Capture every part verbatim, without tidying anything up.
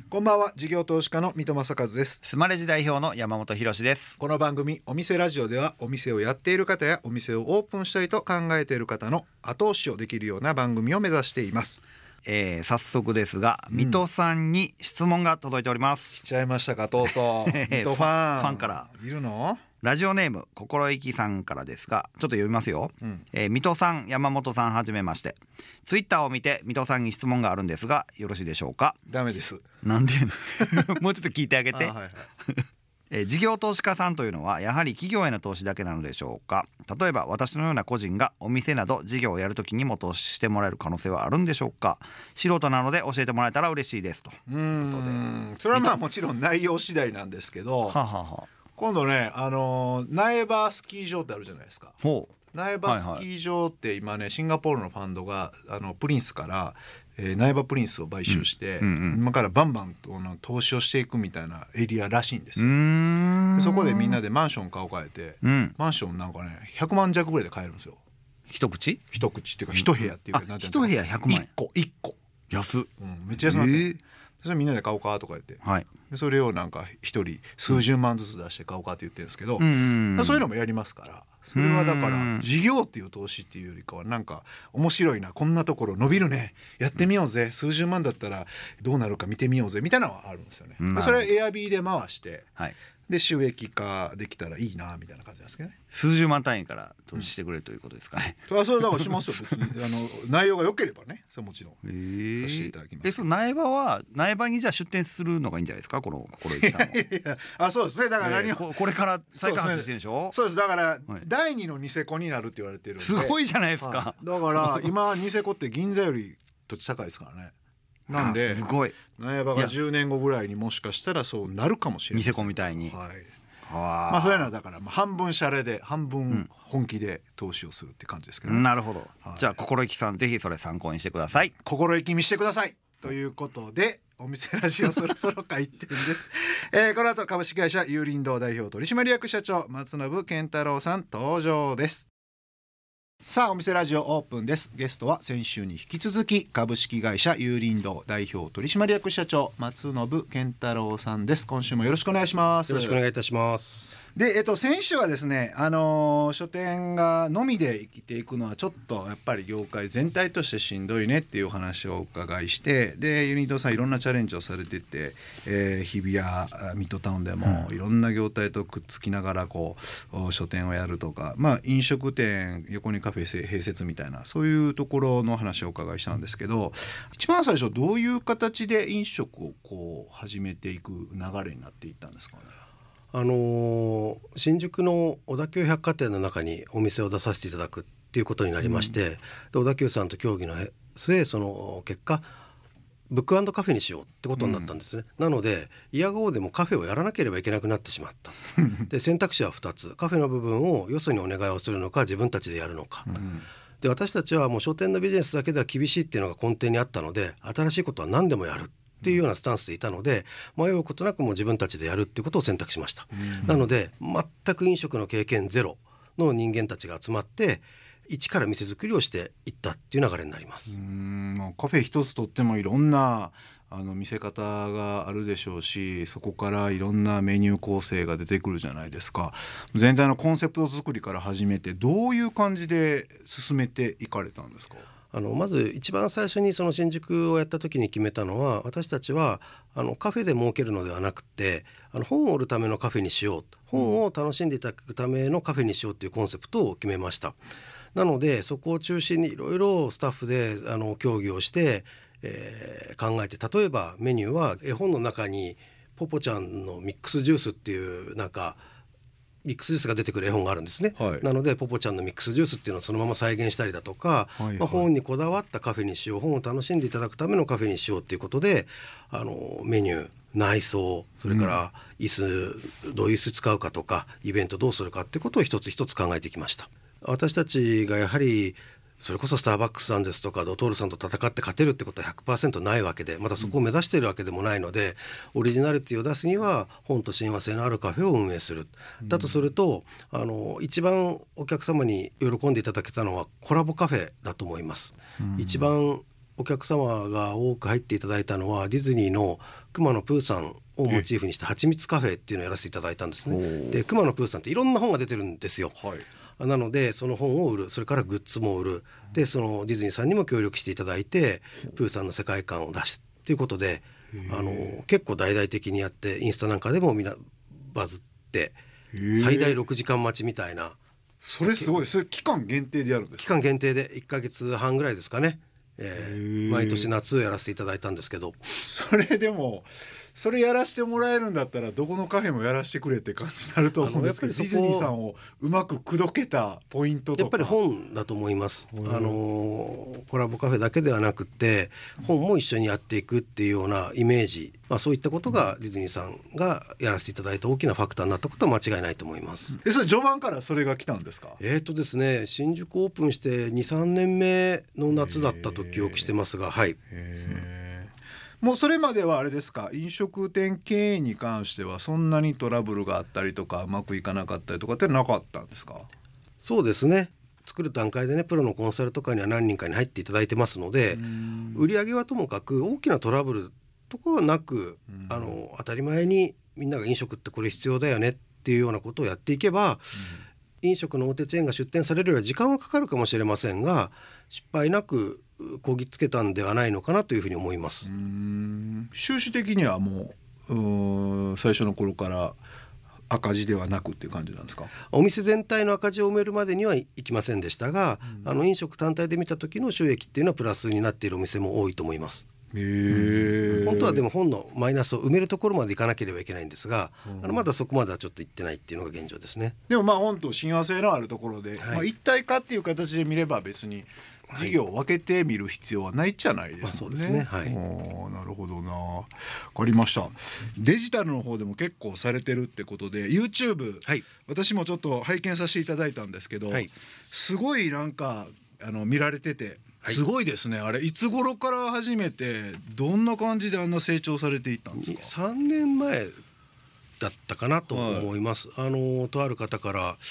こんばんは、事業投資家の水戸正和です。 スマレジ代表の山本博史です。 この番組お店ラジオでは、お店をやっている方やお店をオープンしたいと考えている方の後押しをできるような番組を目指しています。 えー、早速ですが、うん、水戸さんに質問が届いております。 来ちゃいましたか、とうとう水戸ファンファンからいるの？ ラジオネーム心意気さんからですが、ちょっと読みますよ、うんえー、水戸さん、山本さん、はじめまして。ツイッターを見て水戸さんに質問があるんですが、よろしいでしょうか？ ダメです。 なんでもうちょっと聞いてあげて。あ、はいはいえー、事業投資家さんというのはやはり企業への投資だけなのでしょうか？例えば私のような個人がお店など事業をやるときにも投資してもらえる可能性はあるんでしょうか？素人なので教えてもらえたら嬉しいですと。 うーん、それはまあもちろん内容次第なんですけど、ははは今度ね、あのー、苗場スキー場ってあるじゃないですか。ほう苗場スキー場って今ね、シンガポールのファンドがあのプリンスから、えー、苗場プリンスを買収して、うんうんうん、今からバンバンとの投資をしていくみたいなエリアらしいんですよ。うーん、そこでみんなでマンション買おう変えて、うん、マンションなんかねひゃくまん弱ぐらいで買えるんですよ。 一口一口っていうか一部屋っていうか、うん、なんていうの、 一部屋ひゃくまん円、 いっこいっこ安っ、 うん、めっちゃ安くなって、えー、それみんなで買おうかとか言って、はい、でそれをなんか一人数十万ずつ出して買おうかって言ってるんですけど、うん、そういうのもやりますから、それはだから事業っていう投資っていうよりかは、なんか面白いな、こんなところ伸びるね、やってみようぜ、数十万だったらどうなるか見てみようぜみたいなのはあるんですよね。でそれはエアビーで回して、はい、で収益化できたらいいなみたいな感じなんですけどね。 数十万単位から投資してくれるということですかね。 うん、あ、それだからしますよ別にあの内容が良ければね、それもちろんさせていただきます。 えー、えその苗場は苗場にじゃあ出店するのがいいんじゃないですか、この心意気さんは。いやいやあ、そうですね、だから何を、えー、 こ, これから再開発してるでしょ。 そうです、だから、はい、だいにのニセコになるって言われてるんで、 すごいじゃないですか、 はい、だから今ニセコって銀座より土地高いですからね。なんですごい、 苗場がじゅうねんごぐらいにもしかしたらそうなるかもしれない、 ニセコみたいに、 はい、まあそういうのはだから半分シャレで半分本気で投資をするって感じですけど、ね、 うん、なるほど、はい、じゃあ心意気さんぜひそれ参考にしてください。 心意気見してくださいということで、お店ラジオそろそろ開店です、えー、この後株式会社有林堂代表取締役社長松信健太郎さん登場です。さあ、お店ラジオオープンです。ゲストは先週に引き続き株式会社有林堂代表取締役社長松信健太郎さんです。今週もよろしくお願いします。 よろしくお願いいたします。 で、えっと、先週はですね、あのー、書店がのみで生きていくのはちょっとやっぱり業界全体としてしんどいねっていう話をお伺いして、でユニットさんいろんなチャレンジをされてて、えー、日比谷ミッドタウンでもいろんな業態とくっつきながらこう書店をやるとか、まあ、飲食店横にカフェ併設みたいな、そういうところの話をお伺いしたんですけど、一番最初どういう形で飲食をこう始めていく流れになっていったんですかね。 あのー、新宿の小田急百貨店の中にお店を出させていただくっていうことになりまして、うん、で小田急さんと協議の末、その結果ブック&カフェにしようってことになったんですね、うん、なのでいやが応でもカフェをやらなければいけなくなってしまったで選択肢はふたつ、カフェの部分をよそにお願いをするのか自分たちでやるのか、うん、で私たちはもう商店のビジネスだけでは厳しいっていうのが根底にあったので、新しいことは何でもやるっていうようなスタンスでいたので、迷うことなくもう自分たちでやるっていうことを選択しました、うん、なので全く飲食の経験ゼロの人間たちが集まって一から店作りをしていったっていう流れになります。 うーん、カフェ一つとってもいろんなあの見せ方があるでしょうし、そこからいろんなメニュー構成が出てくるじゃないですか。全体のコンセプト作りから始めてどういう感じで進めていかれたんですか。 あのまず一番最初にその新宿をやった時に決めたのは、私たちはあのカフェで儲けるのではなくて、あの本を売るためのカフェにしよう、本を楽しんでいただくためのカフェにしようというコンセプトを決めました。なのでそこを中心にいろいろスタッフであの協議をして、えー、考えて、例えばメニューは絵本の中にポポちゃんのミックスジュースっていうなんかミックスジュースが出てくる絵本があるんですね、はい、なのでポポちゃんのミックスジュースっていうのをそのまま再現したりだとか、はいはい、まあ、本にこだわったカフェにしよう、本を楽しんでいただくためのカフェにしようっていうことで、あのメニュー、内装、それから椅子、うん、どういう椅子使うかとかイベントどうするかってことを一つ一つ考えてきました。私たちがやはりそれこそスターバックスさんですとかドトールさんと戦って勝てるってことは ひゃくパーセント ないわけで、まだそこを目指しているわけでもないので、オリジナリティを出すには本と親和性のあるカフェを運営する、だとするとあの一番お客様に喜んでいただけたのはコラボカフェだと思います。一番お客様が多く入っていただいたのはディズニーの熊野プーさんをモチーフにしたはちみつカフェっていうのをやらせていただいたんですね。で熊野プーさんっていろんな本が出てるんですよ、はい、なのでその本を売る、それからグッズも売る、でそのディズニーさんにも協力していただいてプーさんの世界観を出すっていうことで、あの結構大々的にやって、インスタなんかでもみんなバズって最大ろくじかん待ちみたいな。 それすごい。それ期間限定でやるんですか？ 期間限定でいっかげつはんぐらいですかね、えー、毎年夏やらせていただいたんですけど、 それでもそれやらせてもらえるんだったらどこのカフェもやらせてくれって感じになると思うんですけど、ディズニーさんをうまく口説けたポイントとか。 やっぱり本だと思います。あのコラボカフェだけではなくて本も一緒にやっていくっていうようなイメージ、まあ、そういったことがディズニーさんがやらせていただいた大きなファクターになったことは間違いないと思います。 えそれ序盤からそれが来たんですか？ えーとですね新宿オープンして にさんねんめの夏だったと記憶してますが、はい。 もうそれまではあれですか、飲食店経営に関してはそんなにトラブルがあったりとかうまくいかなかったりとかってなかったんですか？ そうですね、作る段階でねプロのコンサルとかには何人かに入っていただいてますので、売り上げはともかく大きなトラブルとかはなく、あの当たり前にみんなが飲食ってこれ必要だよねっていうようなことをやっていけば、飲食の大手チェーンが出店されるよりは時間はかかるかもしれませんが失敗なくこぎつけたんではないのかなというふうに思います。 うーん、収支的にはも う, うーん最初の頃から赤字ではなくっていう感じなんですか？ お店全体の赤字を埋めるまでにはいきませんでしたが、うん、あの飲食単体で見た時の収益っていうのはプラスになっているお店も多いと思います。 へー、 本当はでも本のマイナスを埋めるところまでいかなければいけないんですが、うん、あのまだそこまではちょっと行ってないっていうのが現状ですね。 でもまあ本と親和性のあるところで、はい、まあ、一体化っていう形で見れば別に事業を分けて見る必要はないじゃないですかね。 まあ、そうですね、はい、 おなるほどな、分かりました。デジタルの方でも結構されてるってことで YouTube、はい、私もちょっと拝見させていただいたんですけど、はい、すごいなんかあの見られててすごいですね、はい、あれいつ頃から始めてどんな感じであんな成長されていったんですか？ さんねんまえだったかなと思います、はい、あのとある方から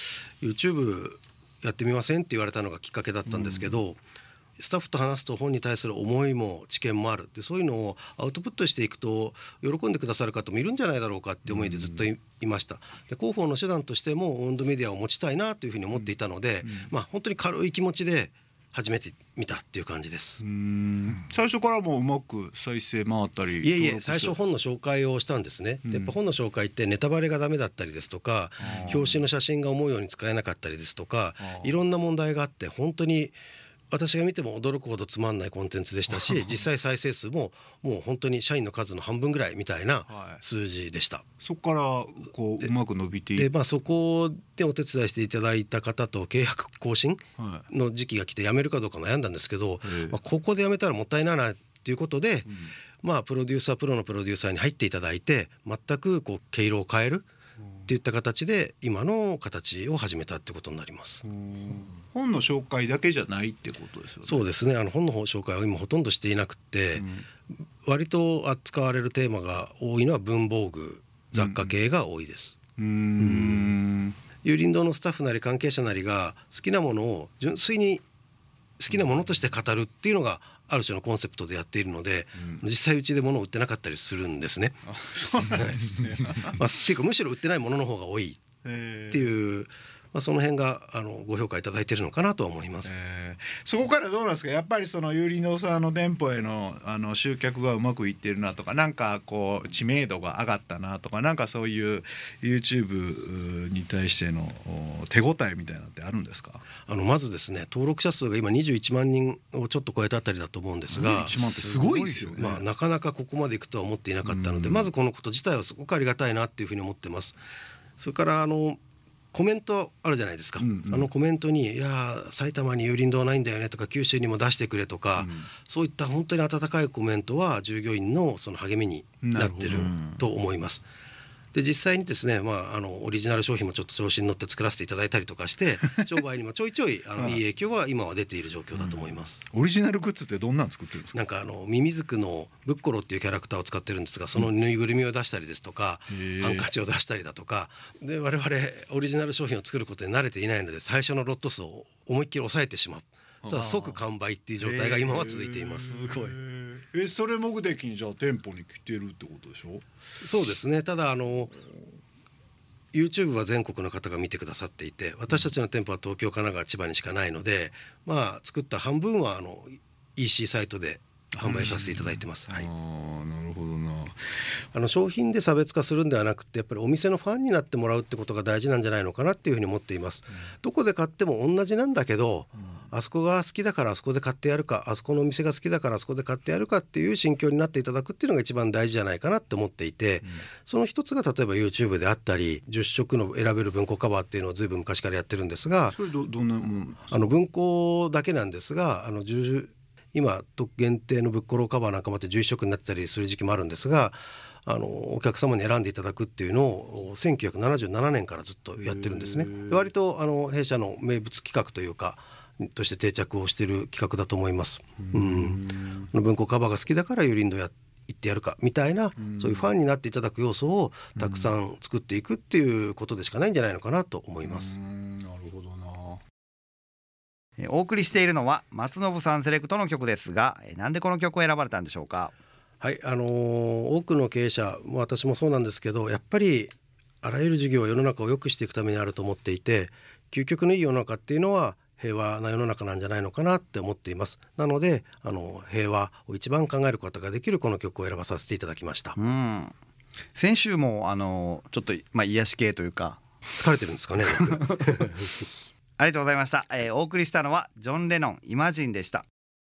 YouTube やってみませんって言われたのがきっかけだったんですけど、うん、スタッフと話すと本に対する思いも知見もあるで、そういうのをアウトプットしていくと喜んでくださる方もいるんじゃないだろうかって思いでずっと い, いましたで広報の手段としてもオウンドメディアを持ちたいなというふうに思っていたので、うん、まあ、本当に軽い気持ちで始めてみたっていう感じです。 うーん、最初からもううまく再生回ったり。 いえいえ、最初本の紹介をしたんですね、うん、やっぱ本の紹介ってネタバレがダメだったりですとか、表紙の写真が思うように使えなかったりですとか、いろんな問題があって本当に私が見ても驚くほどつまんないコンテンツでしたし実際再生数ももう本当に社員の数の半分ぐらいみたいな数字でした、はい、 そこからこううまく伸びていってで、まあ、そこでお手伝いしていただいた方と契約更新の時期が来て辞めるかどうか悩んだんですけど、はい、まあ、ここで辞めたらもったいないなっていうことで、うん、まあ、プロデューサープロのプロデューサーに入っていただいて全くこう毛色を変えるっていった形で今の形を始めたってことになります。 本の紹介だけじゃないってことですよね。 そうですね、あの本の紹介は今ほとんどしていなくて、うん、割と扱われるテーマが多いのは文房具雑貨系が多いです。うん、うーん、有林堂のスタッフなり関係者なりが好きなものを純粋に好きなものとして語るっていうのがある種のコンセプトでやっているので、うん、実際うちで物を売ってなかったりするんですね。 あ、そうなんですねまあ、っていうかむしろ売ってないものの方が多いっていう、まあ、その辺があのご評価いただいているのかなと思います、 えー、そこからどうなんですか？やっぱりその有林堂さんの店舗へ の, あの集客がうまくいってるなとか、なんかこう知名度が上がったなとか、なんかそういう YouTube に対しての手応えみたいなのってあるんですか？ あのまずですね、登録者数が今にじゅういちまんにんをちょっと超えたあたりだと思うんですが、 にじゅういちまんってすごいですよね。 まあ、なかなかここまでいくとは思っていなかったので、まずこのこと自体はすごくありがたいなっていうふうに思ってます。それからあのコメントあるじゃないですか、うんうん、あのコメントにいや埼玉に有林堂ないんだよねとか九州にも出してくれとか、うん、そういった本当に温かいコメントは従業員のその励みになってると思います。で実際にですね、まあ、あのオリジナル商品もちょっと調子に乗って作らせていただいたりとかして商売にもちょいちょいあのいい影響は今は出ている状況だと思います、 うん、オリジナルグッズってどんなん作ってるんですか？ なんかあのミミズクのブッコロっていうキャラクターを使ってるんですが、そのぬいぐるみを出したりですとか、うん、ハンカチを出したりだとかで、我々オリジナル商品を作ることに慣れていないので最初のロット数を思いっきり抑えてしまうただ即完売っていう状態が今は続いています。 すごい。 えそれ目的にじゃあ店舗に来てるってことでしょ。 そうですね。ただあのYouTube は全国の方が見てくださっていて、私たちの店舗は東京、神奈川、千葉にしかないので、まあ作った半分はあの イーシー サイトで販売させていただいてます。はい、 あなるほどな。 あの商品で差別化するんではなくて、やっぱりお店のファンになってもらうってことが大事なんじゃないのかなっていうふうに思っています。うん、どこで買っても同じなんだけど、うん、あそこが好きだからあそこで買ってやるか、あそこのお店が好きだからあそこで買ってやるかっていう心境になっていただくっていうのが一番大事じゃないかなって思っていて、うん、その一つが例えば YouTube であったり、じゅっしょくの選べる文庫カバーっていうのをずいぶん昔からやってるんですが、 それ ど, どんなもんあの文庫だけなんですが、あの今限定のブックローカバーなんかもあってじゅういっしょくになってたりする時期もあるんですが、あのお客様に選んでいただくっていうのをせんきゅうひゃくななじゅうななねんからずっとやってるんですね。で割とあの弊社の名物企画というかとして定着をしている企画だと思います。うん、文庫カバーが好きだからユリンドや行ってやるかみたいな、そういうファンになっていただく要素をたくさん作っていくっていうことでしかないんじゃないのかなと思います。 うん、なるほどな。 お送りしているのは松信さんセレクトの曲ですが、なんでこの曲を選ばれたんでしょうか。 はい、あのー、多くの経営者、私もそうなんですけど、やっぱりあらゆる事業は世の中を良くしていくためにあると思っていて、究極のいい世の中っていうのは平和な世の中なんじゃないのかなって思っています。なのであの平和を一番考えることができるこの曲を選ばさせていただきました。 うん、先週もあのちょっと、まあ、癒し系というか疲れてるんですかねありがとうございました、えー、お送りしたのはジョン・レノンイマジンでした。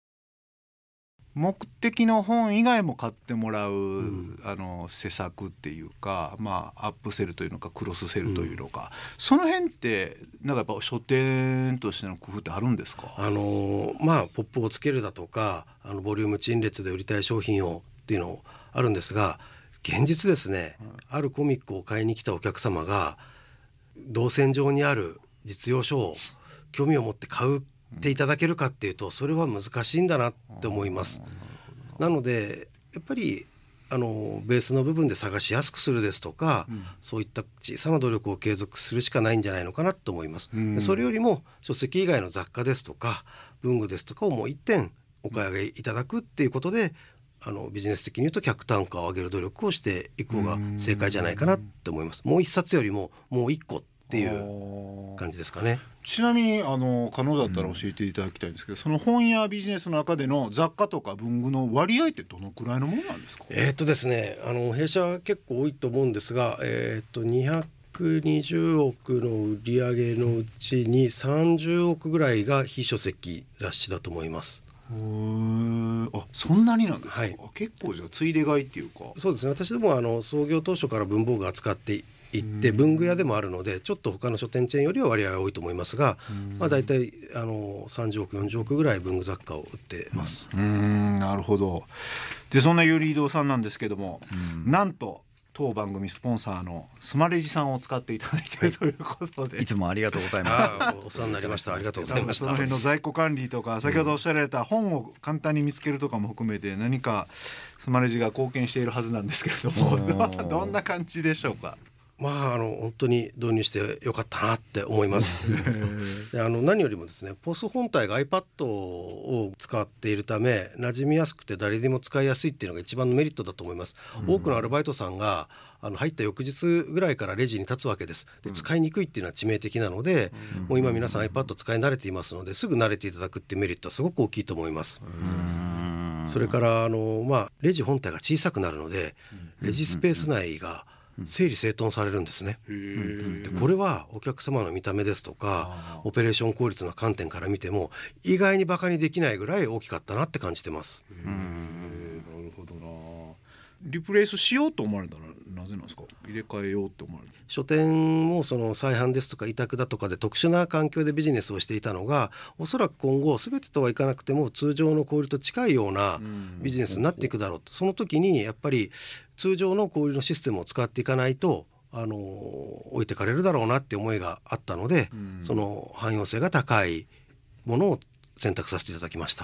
目的の本以外も買ってもらう、うん、あの施策っていうか、まあ、アップセルというのかクロスセルというのか、うん、その辺ってなんかやっぱ書店としての工夫ってあるんですか。 あのまあポップをつけるだとか、あのボリューム陳列で売りたい商品をっていうのあるんですが、現実ですね、うん、あるコミックを買いに来たお客様が動線上にある実用書を興味を持って買うっていただけるかっていうと、それは難しいんだなって思います。なのでやっぱりあのベースの部分で探しやすくするですとか、うん、そういった小さな努力を継続するしかないんじゃないのかなと思います。うん、それよりも書籍以外の雑貨ですとか文具ですとかをもう一点お買い上げいただくっていうことで、あのビジネス的に言うと客単価を上げる努力をしていく方が正解じゃないかなって思います。もう一冊よりももう一個っていう感じですかね。 ちなみにあの可能だったら教えていただきたいんですけど、うん、その本やビジネスの中での雑貨とか文具の割合ってどのくらいのものなんですか。 えーっとですね、あの弊社は結構多いと思うんですが、えーっとにひゃくにじゅうおくの売り上げのうちにさんじゅうおくぐらいが非書籍雑誌だと思います。 へー、あ、そんなになんですか。はい、結構じゃあついで買いっていうか。 そうですね、私どもはあの創業当初から文房具扱って行って文具屋でもあるので、ちょっと他の書店チェーンよりは割合が多いと思いますが、まあ、だいたいあのさんじゅうおくよんじゅうおくぐらい文具雑貨を売ってます。 うーん、なるほど。でそんなユリードさんなんですけども、なんと当番組スポンサーのスマレジさんを使っていただいているということで、 いつもありがとうございます。 お世話になりました。ありがとうございました。 その辺の在庫管理とか、先ほどおっしゃられた本を簡単に見つけるとかも含めて何かスマレジが貢献しているはずなんですけれどもどんな感じでしょうか。 まあ、あの本当に導入してよかったなって思いますであの何よりもですね、ポス本体が iPad を使っているため馴染みやすくて誰でも使いやすいっていうのが一番のメリットだと思います。多くのアルバイトさんがあの入った翌日ぐらいからレジに立つわけです。で使いにくいっていうのは致命的なので、もう今皆さん iPad 使い慣れていますので、すぐ慣れていただくっていうメリットはすごく大きいと思います。それからあの、まあ、レジ本体が小さくなるのでレジスペース内が整理整頓されるんですね。でこれはお客様の見た目ですとかオペレーション効率の観点から見ても意外にバカにできないぐらい大きかったなって感じてます。 へー、なるほどな。リプレイスしようと思われたらなぜなんですか。入れ替えようと思われた。 書店もその再販ですとか委託だとかで特殊な環境でビジネスをしていたのが、おそらく今後全てとはいかなくても通常の小売と近いようなビジネスになっていくだろうと。その時にやっぱり通常の小売のシステムを使っていかないとあの置いてかれるだろうなって思いがあったので、その汎用性が高いものを選択させていただきました。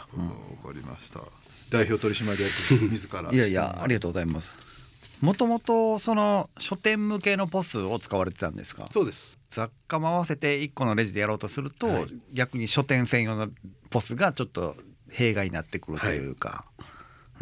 わ、うん、かりました。代表取締役自らいやいやありがとうございます。 もともとその書店向けのポスを使われてたんですか？ そうです。 雑貨も合わせていっこのレジでやろうとすると、はい、逆に書店専用のポスがちょっと弊害になってくるというか、はい、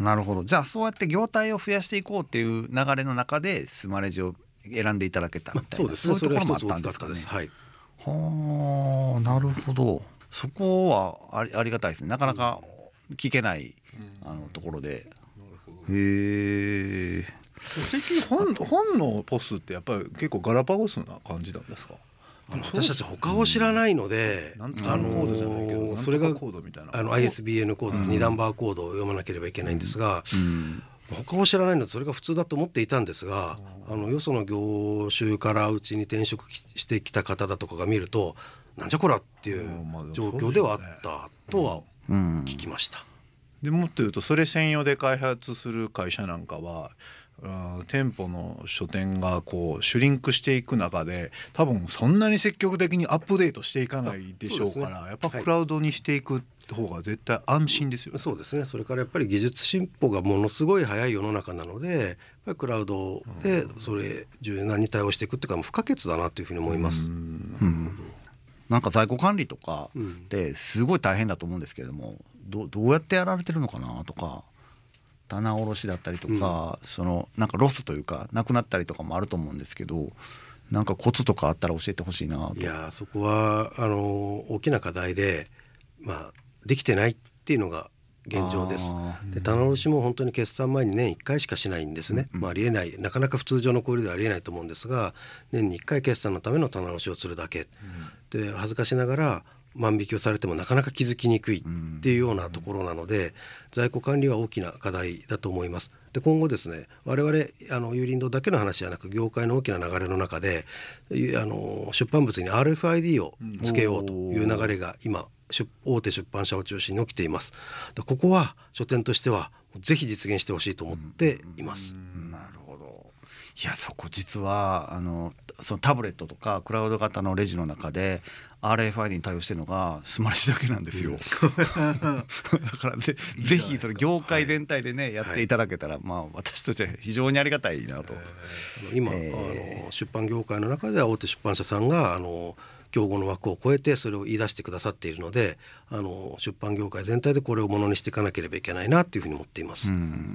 なるほど。じゃあそうやって業態を増やしていこうっていう流れの中でスマレジを選んでいただけたみたいな、 そうですね、 そういうところもあったんですかね。はい、はあ、なるほど。そこはあり、ありがたいですね。なかなか聞けない、うん、あのところで、うん、へえ。 最近 本, 本のポスってやっぱり結構ガラパゴスな感じなんですか？ あの私たち他を知らないので、 うん、なんとかコードじゃないけど、 それがコードみたいな、 あの アイエスビーエヌ コードとに段バーコードを読まなければいけないんですが、うん、他を知らないのでそれが普通だと思っていたんですが、あのよその業種からうちに転職してきた方だとかが見ると、なんじゃこらっていう状況ではあったとは聞きました。 でもっと言うと、それ専用で開発する会社なんかは、うん、店舗の書店がこうシュリンクしていく中で、多分そんなに積極的にアップデートしていかないでしょうから、ね、やっぱクラウドにしていく方が絶対安心ですよね。 そうですね。それからやっぱり技術進歩がものすごい早い世の中なので、やっぱりクラウドでそれ柔軟に対応していくっていうか、もう不可欠だなというふうに思います。うん、 うん、なんか在庫管理とかってすごい大変だと思うんですけれども、ど, どうやってやられてるのかなとか、棚卸しだったりとか、うん、そのなんかロスというかなくなったりとかもあると思うんですけど、なんかコツとかあったら教えてほしいなと。 いや、そこはあの大きな課題で、まあ、できてないっていうのが現状です。で、棚卸しも本当に決算前に年いっかいしかしないんですね。うんうん、まあ、ありえない、なかなか普通常の小売ではありえないと思うんですが、年にいっかい決算のための棚卸しをするだけ、うん、で恥ずかしながら万引きをされてもなかなか気づきにくいっていうようなところなので、在庫管理は大きな課題だと思います。で、今後ですね、我々あの有林堂だけの話じゃなく、業界の大きな流れの中であの出版物に アールエフアイディー をつけようという流れが今大手出版社を中心に起きています。で、ここは書店としてはぜひ実現してほしいと思っています。 うん、なるほど。いや、そこ実はあのそのタブレットとかクラウド型のレジの中で アールエフアイディー に対応してるのがスマレジだけなんですよ。だからぜぜひその業界全体でね、はい、やっていただけたら、まあ、私としては非常にありがたいなと。 今、えー、あの出版業界の中では大手出版社さんがあの競合の枠を超えてそれを言い出してくださっているので、あの出版業界全体でこれをものにしていかなければいけないなというふうに思っています。うん、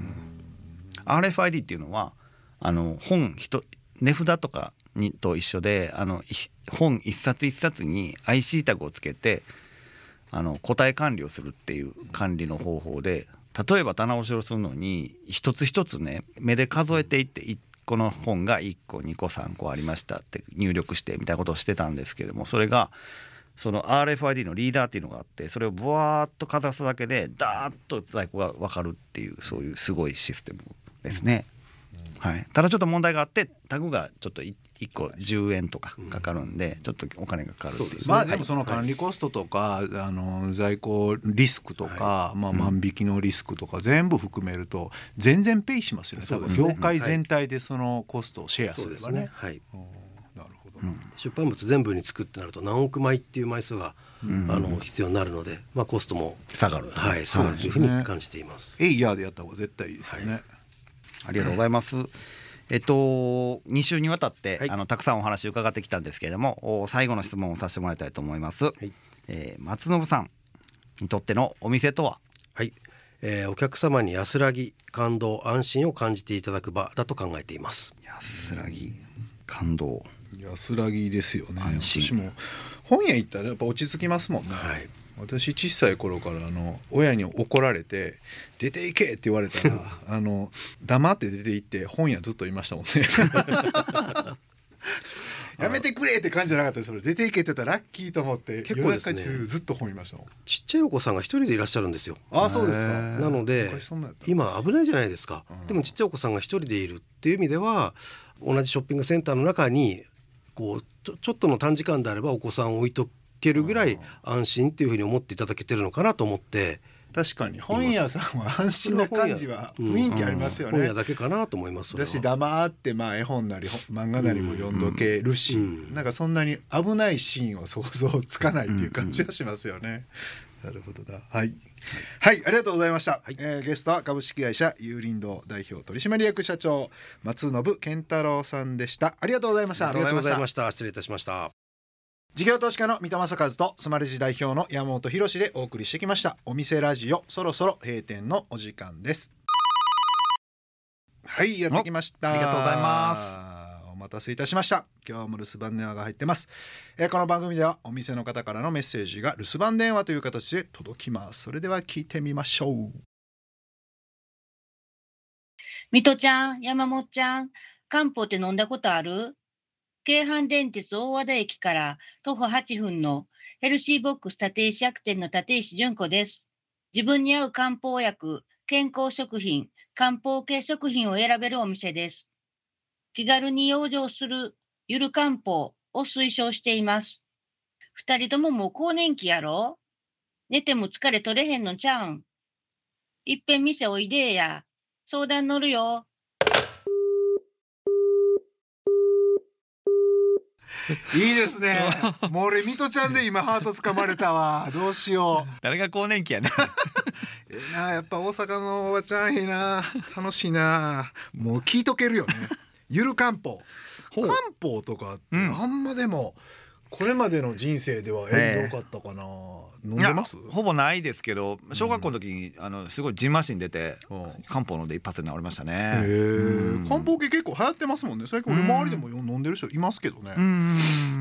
アールエフアイディー っていうのはあの本一値札とかにと一緒で、あの本一冊一冊に アイシー タグをつけてあの個体管理をするっていう管理の方法で、例えば棚卸しをするのに一つ一つね、目で数えていっていっこの本がいっこにこさんこありましたって入力してみたいなことをしてたんですけども、それがその アールエフアイディー のリーダーっていうのがあって、それをブワーッとかざすだけでダーッと在庫が分かるっていう、そういうすごいシステムですね。はい、ただちょっと問題があって、タグがちょっといっこじゅうえんとかかかるんで、ちょっとお金がかかるっていう。 まあでもその管理コストとか、はい、あの在庫リスクとか、はい、まあ、万引きのリスクとか全部含めると全然ペイしますよね。多分業界全体でそのコストをシェアすればね。 はい、なるほど、うん、出版物全部に作ってなると何億枚っていう枚数が、うん、あの必要になるので、まあ、コストも下がる、 はい、下がるというふうに感じています。 エイヤーでやった方が絶対いいですよね。はい、 ありがとうございます。えっと、に週にわたって、はい、あのたくさんお話伺ってきたんですけれども、最後の質問をさせてもらいたいと思います。はい、えー、松信さんにとってのお店とは？ はい、えー、お客様に安らぎ、感動、安心を感じていただく場だと考えています。 安らぎ、感動、 安らぎですよね。私も本屋行ったらやっぱ落ち着きますもんね。はい、私小さい頃からあの親に怒られて出て行けって言われたらあの黙って出て行って本屋ずっといましたもんね。やめてくれって感じじゃなかったです。それ出て行けって言ったらラッキーと思って、結構ですね、ずっと本いましたもん。 ちっちゃいお子さんが一人でいらっしゃるんですよ。 ああ、そうですか。 なので今危ないじゃないですか。うん、でもちっちゃいお子さんが一人でいるっていう意味では、同じショッピングセンターの中にこうちょ、ちょっとの短時間であればお子さんを置いとけるぐらい安心っていうふうに思っていただけてるのかなと思って。 確かに本屋さんは安心な感じは雰囲気ありますよね。 本屋だけかなと思います。 私黙ってまあ絵本なり漫画なりも読んどけるし、うんうん、なんかそんなに危ないシーンは想像つかないっていう感じがしますよね。 なるほどな。はい、はい、ありがとうございました。はい、えー、ゲストは株式会社有林堂代表取締役社長松信健太郎さんでした。ありがとうございました。 ありがとうございました。失礼いたしました。 事業投資家の三戸正和とスマレジ代表の山本博でお送りしてきましたお店ラジオ、そろそろ閉店のお時間です。はい、やってきました。 ありがとうございます。 お待たせいたしました。今日も留守番電話が入ってます、えー、この番組ではお店の方からのメッセージが留守番電話という形で届きます。それでは聞いてみましょう。 水戸ちゃん、山本ちゃん、漢方って飲んだことある？京阪電鉄大和田駅から徒歩はっぷんのヘルシーボックス立石薬店の立石純子です。自分に合う漢方薬、健康食品、漢方系食品を選べるお店です。気軽に養生するゆる漢方を推奨しています。二人とももう更年期やろ？寝ても疲れ取れへんのちゃうん？いっぺん店おいでや。相談乗るよ。 いいですね。もう俺ミトちゃんで今ハート掴まれたわ。どうしよう。 誰が更年期やねええな、やっぱ大阪のおばちゃんいいな、楽しいな。もう聞いとけるよね。ゆる漢方、漢方とかってあんまでも、うん、これまでの人生ではえどうかったかな。飲んでます？ ほぼないですけど、小学校の時に、うん、あのすごいジンマシン出て、うん、漢方飲んで一発で治りましたね。へえ、 うん、漢方系結構流行ってますもんね。最近俺周りでも飲んでる人いますけどね。うん、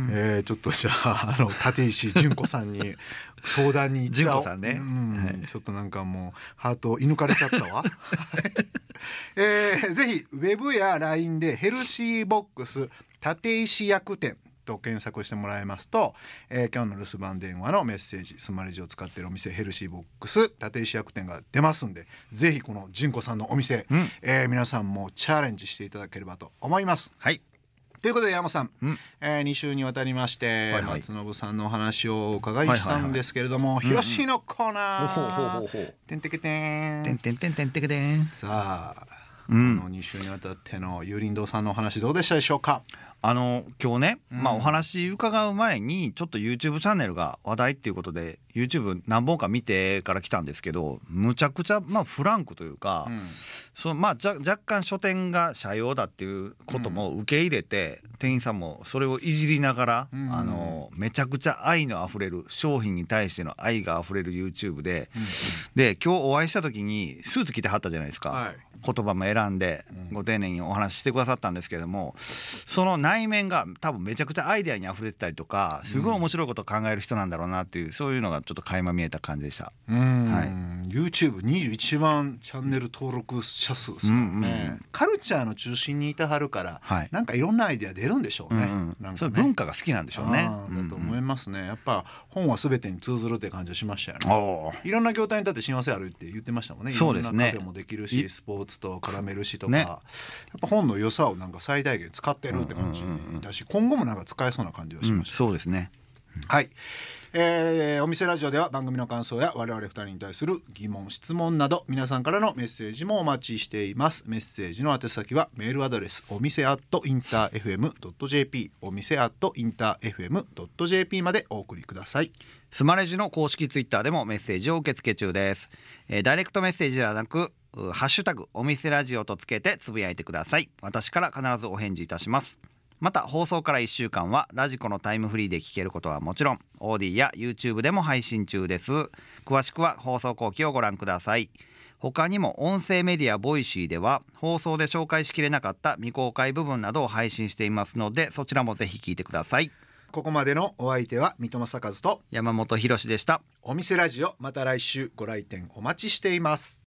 えー、ちょっとじゃあ、あの立石純子さんに相談に行っちゃおう。純子さんね、うん、はい、ちょっとなんかもうハート射抜かれちゃったわ。えー、ぜひウェブや ライン でヘルシーボックス立石薬店と検索してもらいますと、えー、今日の留守番電話のメッセージ、スマレジを使っているお店ヘルシーボックス立石薬店が出ますんで、ぜひこの純子さんのお店、うん、えー、皆さんもチャレンジしていただければと思います。 はい、 ということで山本さん、うん、えー、に週にわたりまして、はいはい、松信さんのお話をお伺いしたんですけれども、ひろしのコーナー、てんてけてんてんてんてんてんてけてん。 さあ、うん、このに週にわたっての有林堂さんのお話どうでしたでしょうか。 あの今日ね、うん、まあ、お話伺う前にちょっと YouTube チャンネルが話題っていうことで YouTube 何本か見てから来たんですけど、むちゃくちゃ、まあ、フランクというか、うん、そのまあ、じゃ若干書店が社用だっていうことも受け入れて、うん、店員さんもそれをいじりながら、うん、あのめちゃくちゃ愛のあふれる商品に対しての愛があふれる YouTube で、うん、で今日お会いした時にスーツ着てはったじゃないですか、はい、言葉も選んでご丁寧にお話ししてくださったんですけれども、その内面が多分めちゃくちゃアイデアにあふれてたりとか、すごい面白いことを考える人なんだろうなっていう、そういうのがちょっと垣間見えた感じでした。 うん、はい、YouTube にじゅういちまんチャンネル登録者数ですよね、うんうん、カルチャーの中心にいてはるから、はい、なんかいろんなアイデア出るんでしょうね、うんうん、なんかね、 そういう文化が好きなんでしょうね。 だと思いますね。やっぱ本は全てに通ずるって感じがしましたよね。いろんな業態に立って幸せあるって言ってましたもんね。 そうですね。 いろんなカフェもできるし、スポーツと絡めるしとか、ね、やっぱ本の良さをなんか最大限使ってるって感じだし、今後もなんか使えそうな感じがしました、 うん、そうですね、 うん、はい、えー、お店ラジオでは番組の感想や我々ふたりに対する疑問質問など皆さんからのメッセージもお待ちしています。メッセージの宛先はメールアドレスお店アットインターエフエムドットジェーピー お店アットインターエフエムドットジェーピー までお送りください。 スマレジの公式ツイッターでもメッセージを受け付け中です、えー、ダイレクトメッセージではなくハッシュタグお店ラジオとつけてつぶやいてください。私から必ずお返事いたします。また放送からいっしゅうかんはラジコのタイムフリーで聞けることはもちろん オーディー や YouTube でも配信中です。詳しくは放送後期をご覧ください。他にも音声メディアボイシーでは放送で紹介しきれなかった未公開部分などを配信していますので、そちらもぜひ聞いてください。 ここまでのお相手は三戸正和と山本博史でした。 お店ラジオ、また来週ご来店お待ちしています。